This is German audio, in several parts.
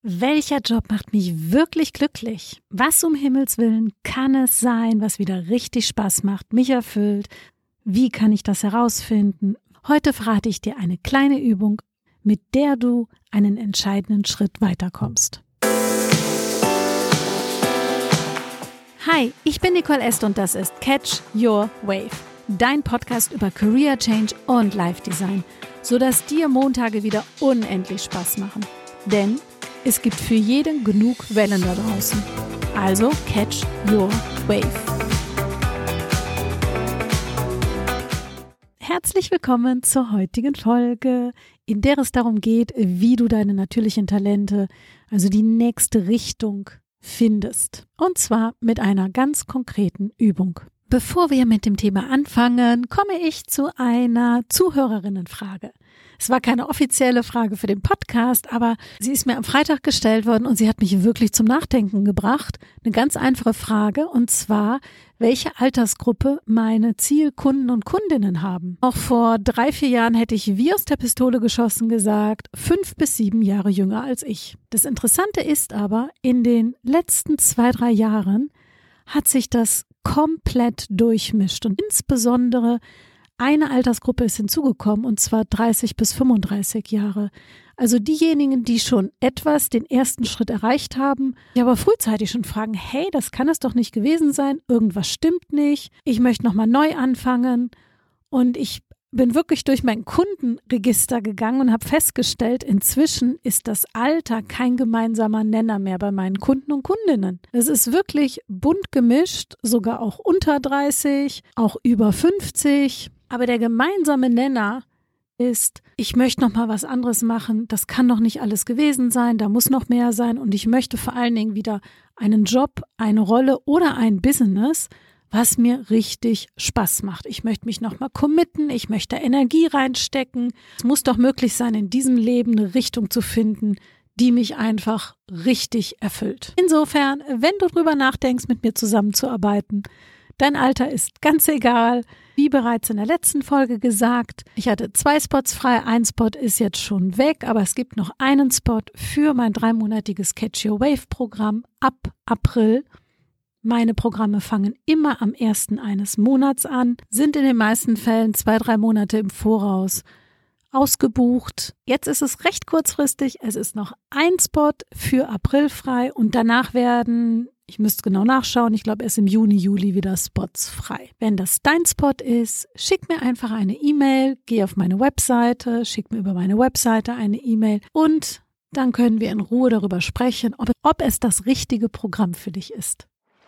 Welcher Job macht mich wirklich glücklich? Was um Himmels Willen kann es sein, was wieder richtig Spaß macht, mich erfüllt? Wie kann ich das herausfinden? Heute verrate ich dir eine kleine Übung, mit der du einen entscheidenden Schritt weiterkommst. Hi, ich bin Nicole Est und das ist Catch Your Wave, dein Podcast über Career Change und Life Design, sodass dir Montage wieder unendlich Spaß machen. Denn es gibt für jeden genug Wellen da draußen. Also catch your wave. Herzlich willkommen zur heutigen Folge, in der es darum geht, wie du deine natürlichen Talente, also die nächste Richtung, findest. Und zwar mit einer ganz konkreten Übung. Bevor wir mit dem Thema anfangen, komme ich zu einer Zuhörerinnenfrage. Es war keine offizielle Frage für den Podcast, aber sie ist mir am Freitag gestellt worden und sie hat mich wirklich zum Nachdenken gebracht. Eine ganz einfache Frage, und zwar, welche Altersgruppe meine Zielkunden und Kundinnen haben. Auch vor 3-4 Jahren hätte ich wie aus der Pistole geschossen gesagt, 5 bis 7 Jahre jünger als ich. Das Interessante ist aber, in den letzten 2-3 Jahren hat sich das komplett durchmischt und insbesondere eine Altersgruppe ist hinzugekommen, und zwar 30 bis 35 Jahre. Also diejenigen, die schon etwas den ersten Schritt erreicht haben, die aber frühzeitig schon fragen, hey, das kann es doch nicht gewesen sein, irgendwas stimmt nicht, ich möchte nochmal neu anfangen. Und ich bin wirklich durch mein Kundenregister gegangen und habe festgestellt, inzwischen ist das Alter kein gemeinsamer Nenner mehr bei meinen Kunden und Kundinnen. Es ist wirklich bunt gemischt, sogar auch unter 30, auch über 50. Aber der gemeinsame Nenner ist, ich möchte noch mal was anderes machen, das kann doch nicht alles gewesen sein, da muss noch mehr sein und ich möchte vor allen Dingen wieder einen Job, eine Rolle oder ein Business, was mir richtig Spaß macht. Ich möchte mich noch mal committen, ich möchte Energie reinstecken. Es muss doch möglich sein, in diesem Leben eine Richtung zu finden, die mich einfach richtig erfüllt. Insofern, wenn du drüber nachdenkst, mit mir zusammenzuarbeiten, dein Alter ist ganz egal. Wie bereits in der letzten Folge gesagt, ich hatte 2 Spots frei, ein Spot ist jetzt schon weg, aber es gibt noch einen Spot für mein 3-monatiges Catch Your Wave Programm ab April. Meine Programme fangen immer am 1. eines Monats an, sind in den meisten Fällen 2-3 Monate im Voraus ausgebucht. Jetzt ist es recht kurzfristig, es ist noch ein Spot für April frei und danach werden, ich müsste genau nachschauen, ich glaube erst im Juni, Juli wieder Spots frei. Wenn das dein Spot ist, schick mir einfach eine E-Mail, geh auf meine Webseite, schick mir über meine Webseite eine E-Mail und dann können wir in Ruhe darüber sprechen, ob es das richtige Programm für dich ist.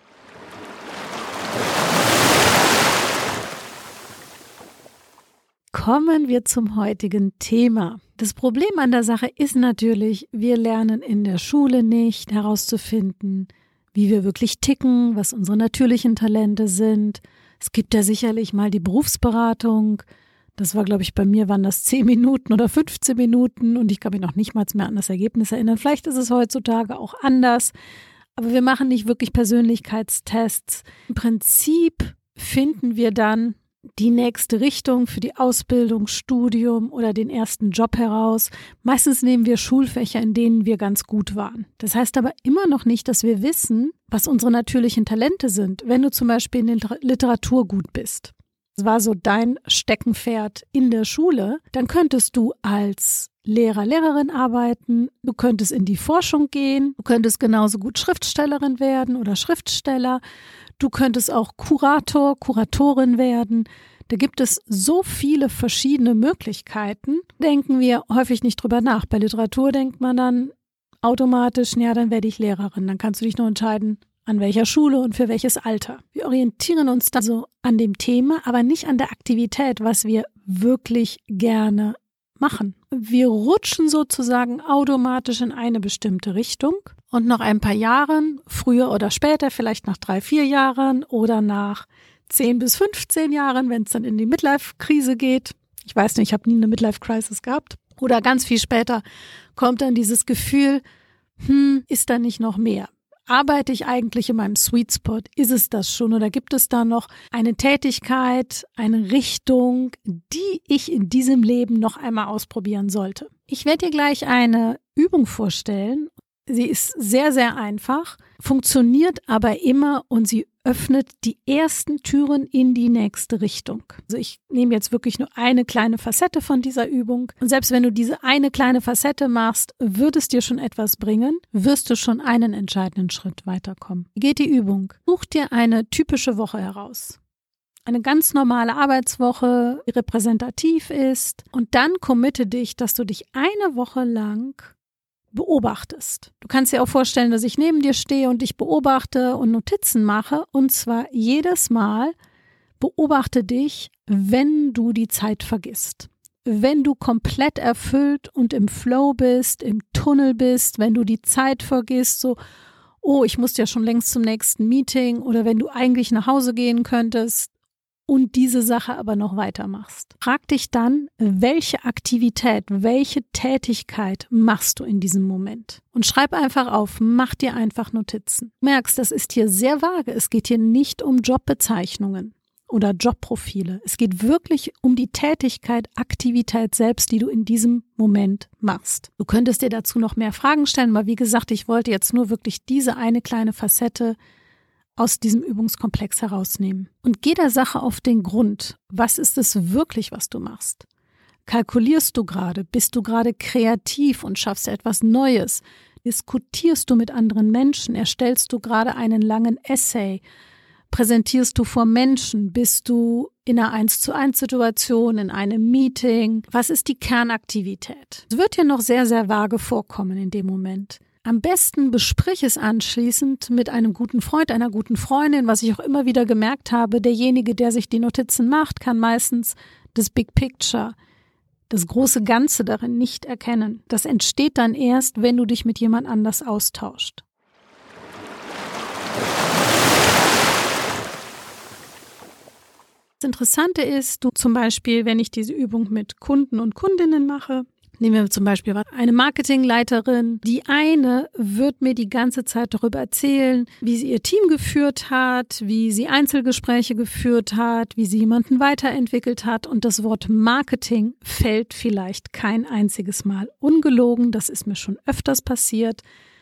Kommen wir zum heutigen Thema. Das Problem an der Sache ist natürlich, wir lernen in der Schule nicht herauszufinden, wie wir wirklich ticken, was unsere natürlichen Talente sind. Es gibt ja sicherlich mal die Berufsberatung. Das war, glaube ich, bei mir waren das 10 Minuten oder 15 Minuten und ich kann mich noch nicht mal mehr an das Ergebnis erinnern. Vielleicht ist es heutzutage auch anders, aber wir machen nicht wirklich Persönlichkeitstests. Im Prinzip finden wir dann die nächste Richtung für die Ausbildung, Studium oder den ersten Job heraus. Meistens nehmen wir Schulfächer, in denen wir ganz gut waren. Das heißt aber immer noch nicht, dass wir wissen, was unsere natürlichen Talente sind, wenn du zum Beispiel in der Literatur gut bist. Das war so dein Steckenpferd in der Schule. Dann könntest du als Lehrer, Lehrerin arbeiten, du könntest in die Forschung gehen, du könntest genauso gut Schriftstellerin werden oder Schriftsteller. Du könntest auch Kurator, Kuratorin werden. Da gibt es so viele verschiedene Möglichkeiten. Denken wir häufig nicht drüber nach. Bei Literatur denkt man dann automatisch, ja, dann werde ich Lehrerin. Dann kannst du dich nur entscheiden, an welcher Schule und für welches Alter. Wir orientieren uns dann so an dem Thema, aber nicht an der Aktivität, was wir wirklich gerne machen. Wir rutschen sozusagen automatisch in eine bestimmte Richtung und nach ein paar Jahren, früher oder später, vielleicht nach 3-4 Jahren oder nach 10 bis 15 Jahren, wenn es dann in die Midlife-Krise geht, ich weiß nicht, ich habe nie eine Midlife-Crisis gehabt, oder ganz viel später kommt dann dieses Gefühl, ist da nicht noch mehr? Arbeite ich eigentlich in meinem Sweet Spot? Ist es das schon oder gibt es da noch eine Tätigkeit, eine Richtung, die ich in diesem Leben noch einmal ausprobieren sollte? Ich werde dir gleich eine Übung vorstellen. Sie ist sehr, sehr einfach, funktioniert aber immer und sie öffnet die ersten Türen in die nächste Richtung. Also ich nehme jetzt wirklich nur eine kleine Facette von dieser Übung. Und selbst wenn du diese eine kleine Facette machst, wird es dir schon etwas bringen, wirst du schon einen entscheidenden Schritt weiterkommen. Wie geht die Übung? Such dir eine typische Woche heraus. Eine ganz normale Arbeitswoche, die repräsentativ ist. Und dann committe dich, dass du dich eine Woche lang beobachtest. Du kannst dir auch vorstellen, dass ich neben dir stehe und dich beobachte und Notizen mache. Und zwar jedes Mal beobachte dich, wenn du die Zeit vergisst. Wenn du komplett erfüllt und im Flow bist, im Tunnel bist, wenn du die Zeit vergisst, so, oh, ich muss ja schon längst zum nächsten Meeting, oder wenn du eigentlich nach Hause gehen könntest und diese Sache aber noch weitermachst. Frag dich dann, welche Aktivität, welche Tätigkeit machst du in diesem Moment? Und schreib einfach auf, mach dir einfach Notizen. Du merkst, das ist hier sehr vage. Es geht hier nicht um Jobbezeichnungen oder Jobprofile. Es geht wirklich um die Tätigkeit, Aktivität selbst, die du in diesem Moment machst. Du könntest dir dazu noch mehr Fragen stellen, aber wie gesagt, ich wollte jetzt nur wirklich diese eine kleine Facette aus diesem Übungskomplex herausnehmen. Und geh der Sache auf den Grund. Was ist es wirklich, was du machst? Kalkulierst du gerade? Bist du gerade kreativ und schaffst etwas Neues? Diskutierst du mit anderen Menschen? Erstellst du gerade einen langen Essay? Präsentierst du vor Menschen? Bist du in einer 1:1-Situation, in einem Meeting? Was ist die Kernaktivität? Es wird dir noch sehr, sehr vage vorkommen in dem Moment. Am besten besprich es anschließend mit einem guten Freund, einer guten Freundin, was ich auch immer wieder gemerkt habe. Derjenige, der sich die Notizen macht, kann meistens das Big Picture, das große Ganze darin nicht erkennen. Das entsteht dann erst, wenn du dich mit jemand anders austauscht. Das Interessante ist, du zum Beispiel, wenn ich diese Übung mit Kunden und Kundinnen mache, nehmen wir zum Beispiel eine Marketingleiterin. Die eine wird mir die ganze Zeit darüber erzählen, wie sie ihr Team geführt hat, wie sie Einzelgespräche geführt hat, wie sie jemanden weiterentwickelt hat. Und das Wort Marketing fällt vielleicht kein einziges Mal. Ungelogen, das ist mir schon öfters passiert.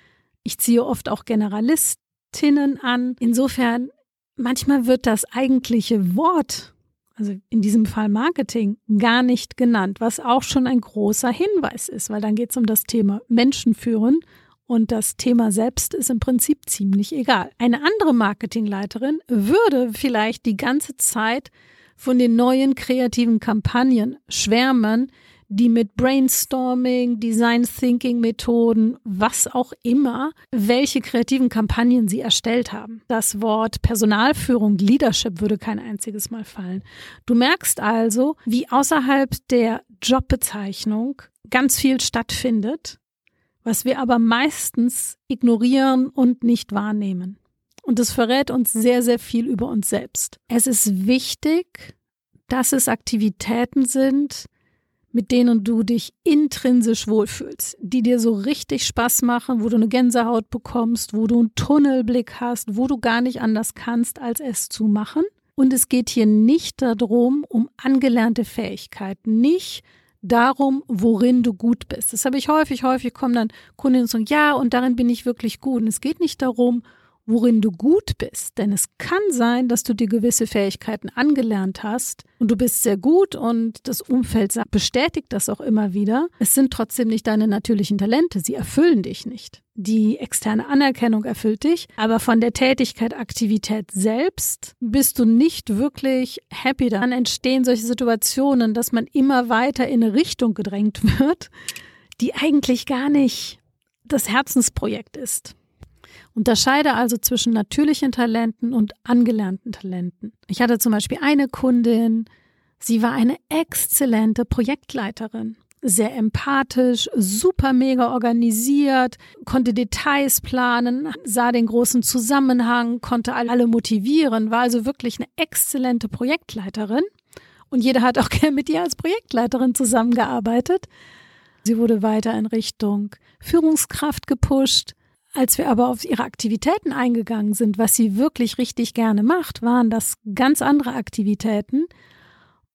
Ich ziehe oft auch Generalistinnen an. Insofern, manchmal wird das eigentliche Wort, also in diesem Fall Marketing, gar nicht genannt, was auch schon ein großer Hinweis ist, weil dann geht es um das Thema Menschen führen und das Thema selbst ist im Prinzip ziemlich egal. Eine andere Marketingleiterin würde vielleicht die ganze Zeit von den neuen kreativen Kampagnen schwärmen, die mit Brainstorming, Design Thinking Methoden, was auch immer, welche kreativen Kampagnen sie erstellt haben. Das Wort Personalführung, Leadership würde kein einziges Mal fallen. Du merkst also, wie außerhalb der Jobbezeichnung ganz viel stattfindet, was wir aber meistens ignorieren und nicht wahrnehmen. Und das verrät uns sehr, sehr viel über uns selbst. Es ist wichtig, dass es Aktivitäten sind, mit denen du dich intrinsisch wohlfühlst, die dir so richtig Spaß machen, wo du eine Gänsehaut bekommst, wo du einen Tunnelblick hast, wo du gar nicht anders kannst, als es zu machen. Und es geht hier nicht darum, um angelernte Fähigkeiten, nicht darum, worin du gut bist. Das habe ich häufig kommen dann Kundinnen und sagen, ja, und darin bin ich wirklich gut. Und es geht nicht darum, worin du gut bist, denn es kann sein, dass du dir gewisse Fähigkeiten angelernt hast und du bist sehr gut und das Umfeld bestätigt das auch immer wieder. Es sind trotzdem nicht deine natürlichen Talente, sie erfüllen dich nicht. Die externe Anerkennung erfüllt dich, aber von der Tätigkeit, Aktivität selbst bist du nicht wirklich happy. Dann entstehen solche Situationen, dass man immer weiter in eine Richtung gedrängt wird, die eigentlich gar nicht das Herzensprojekt ist. Unterscheide also zwischen natürlichen Talenten und angelernten Talenten. Ich hatte zum Beispiel eine Kundin, sie war eine exzellente Projektleiterin, sehr empathisch, super mega organisiert, konnte Details planen, sah den großen Zusammenhang, konnte alle motivieren, war also wirklich eine exzellente Projektleiterin und jeder hat auch gerne mit ihr als Projektleiterin zusammengearbeitet. Sie wurde weiter in Richtung Führungskraft gepusht. Als wir aber auf ihre Aktivitäten eingegangen sind, was sie wirklich richtig gerne macht, waren das ganz andere Aktivitäten.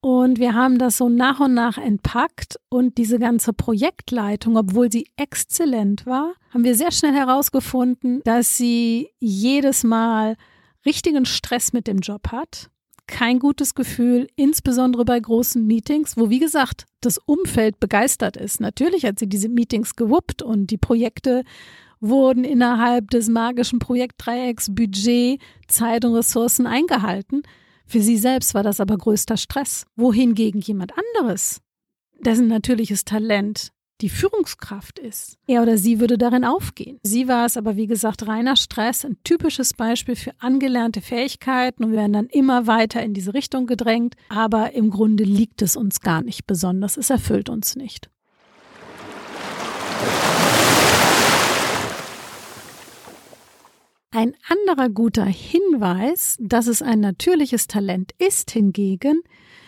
Und wir haben das so nach und nach entpackt und diese ganze Projektleitung, obwohl sie exzellent war, haben wir sehr schnell herausgefunden, dass sie jedes Mal richtigen Stress mit dem Job hat. Kein gutes Gefühl, insbesondere bei großen Meetings, wo, wie gesagt, das Umfeld begeistert ist. Natürlich hat sie diese Meetings gewuppt und die Projekte wurden innerhalb des magischen Projektdreiecks Budget, Zeit und Ressourcen eingehalten. Für sie selbst war das aber größter Stress. Wohingegen jemand anderes, dessen natürliches Talent die Führungskraft ist, er oder sie würde darin aufgehen. Sie war es aber, wie gesagt, reiner Stress, ein typisches Beispiel für angelernte Fähigkeiten und wir werden dann immer weiter in diese Richtung gedrängt. Aber im Grunde liegt es uns gar nicht besonders. Es erfüllt uns nicht. Ein anderer guter Hinweis, dass es ein natürliches Talent ist hingegen,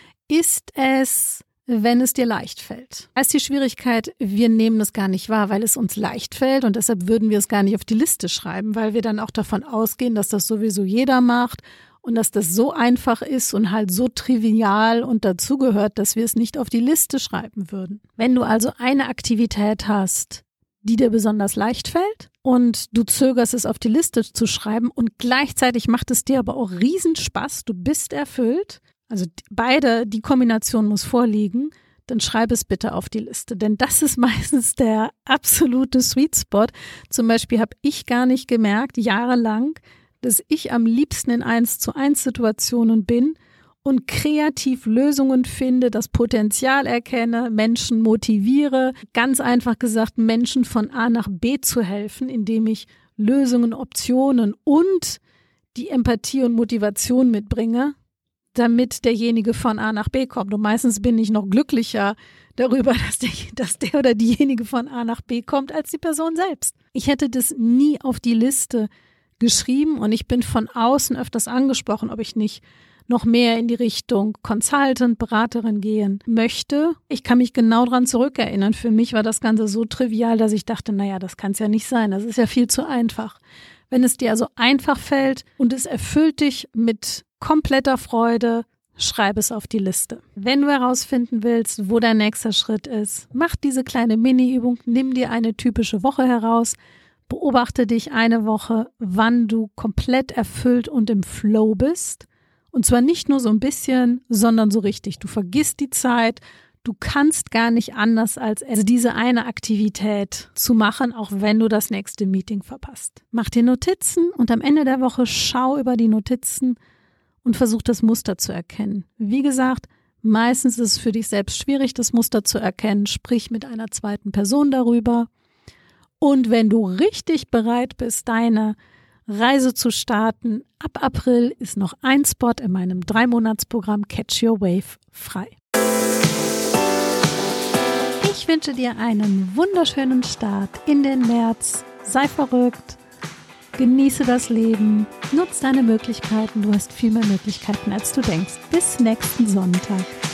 ist es, wenn es dir leicht fällt. Da ist die Schwierigkeit, wir nehmen es gar nicht wahr, weil es uns leicht fällt und deshalb würden wir es gar nicht auf die Liste schreiben, weil wir dann auch davon ausgehen, dass das sowieso jeder macht und dass das so einfach ist und halt so trivial und dazugehört, dass wir es nicht auf die Liste schreiben würden. Wenn du also eine Aktivität hast, die dir besonders leicht fällt und du zögerst es auf die Liste zu schreiben und gleichzeitig macht es dir aber auch Riesenspaß, du bist erfüllt, also die Kombination muss vorliegen, dann schreib es bitte auf die Liste, denn das ist meistens der absolute Sweet Spot. Zum Beispiel habe ich gar nicht gemerkt, jahrelang, dass ich am liebsten in 1:1 Situationen bin und kreativ Lösungen finde, das Potenzial erkenne, Menschen motiviere, ganz einfach gesagt, Menschen von A nach B zu helfen, indem ich Lösungen, Optionen und die Empathie und Motivation mitbringe, damit derjenige von A nach B kommt. Und meistens bin ich noch glücklicher darüber, dass der oder diejenige von A nach B kommt, als die Person selbst. Ich hätte das nie auf die Liste geschrieben und ich bin von außen öfters angesprochen, ob ich nicht noch mehr in die Richtung Consultant, Beraterin gehen möchte. Ich kann mich genau daran zurückerinnern. Für mich war das Ganze so trivial, dass ich dachte, naja, das kann es ja nicht sein. Das ist ja viel zu einfach. Wenn es dir also einfach fällt und es erfüllt dich mit kompletter Freude, schreib es auf die Liste. Wenn du herausfinden willst, wo dein nächster Schritt ist, mach diese kleine Mini-Übung, nimm dir eine typische Woche heraus, beobachte dich eine Woche, wann du komplett erfüllt und im Flow bist. Und zwar nicht nur so ein bisschen, sondern so richtig. Du vergisst die Zeit, du kannst gar nicht anders, als diese eine Aktivität zu machen, auch wenn du das nächste Meeting verpasst. Mach dir Notizen und am Ende der Woche schau über die Notizen und versuch das Muster zu erkennen. Wie gesagt, meistens ist es für dich selbst schwierig, das Muster zu erkennen. Sprich mit einer zweiten Person darüber. Und wenn du richtig bereit bist, deine Reise zu starten, ab April ist noch ein Spot in meinem 3-Monats-Programm Catch Your Wave frei. Ich wünsche dir einen wunderschönen Start in den März. Sei verrückt, genieße das Leben, nutze deine Möglichkeiten. Du hast viel mehr Möglichkeiten, als du denkst. Bis nächsten Sonntag.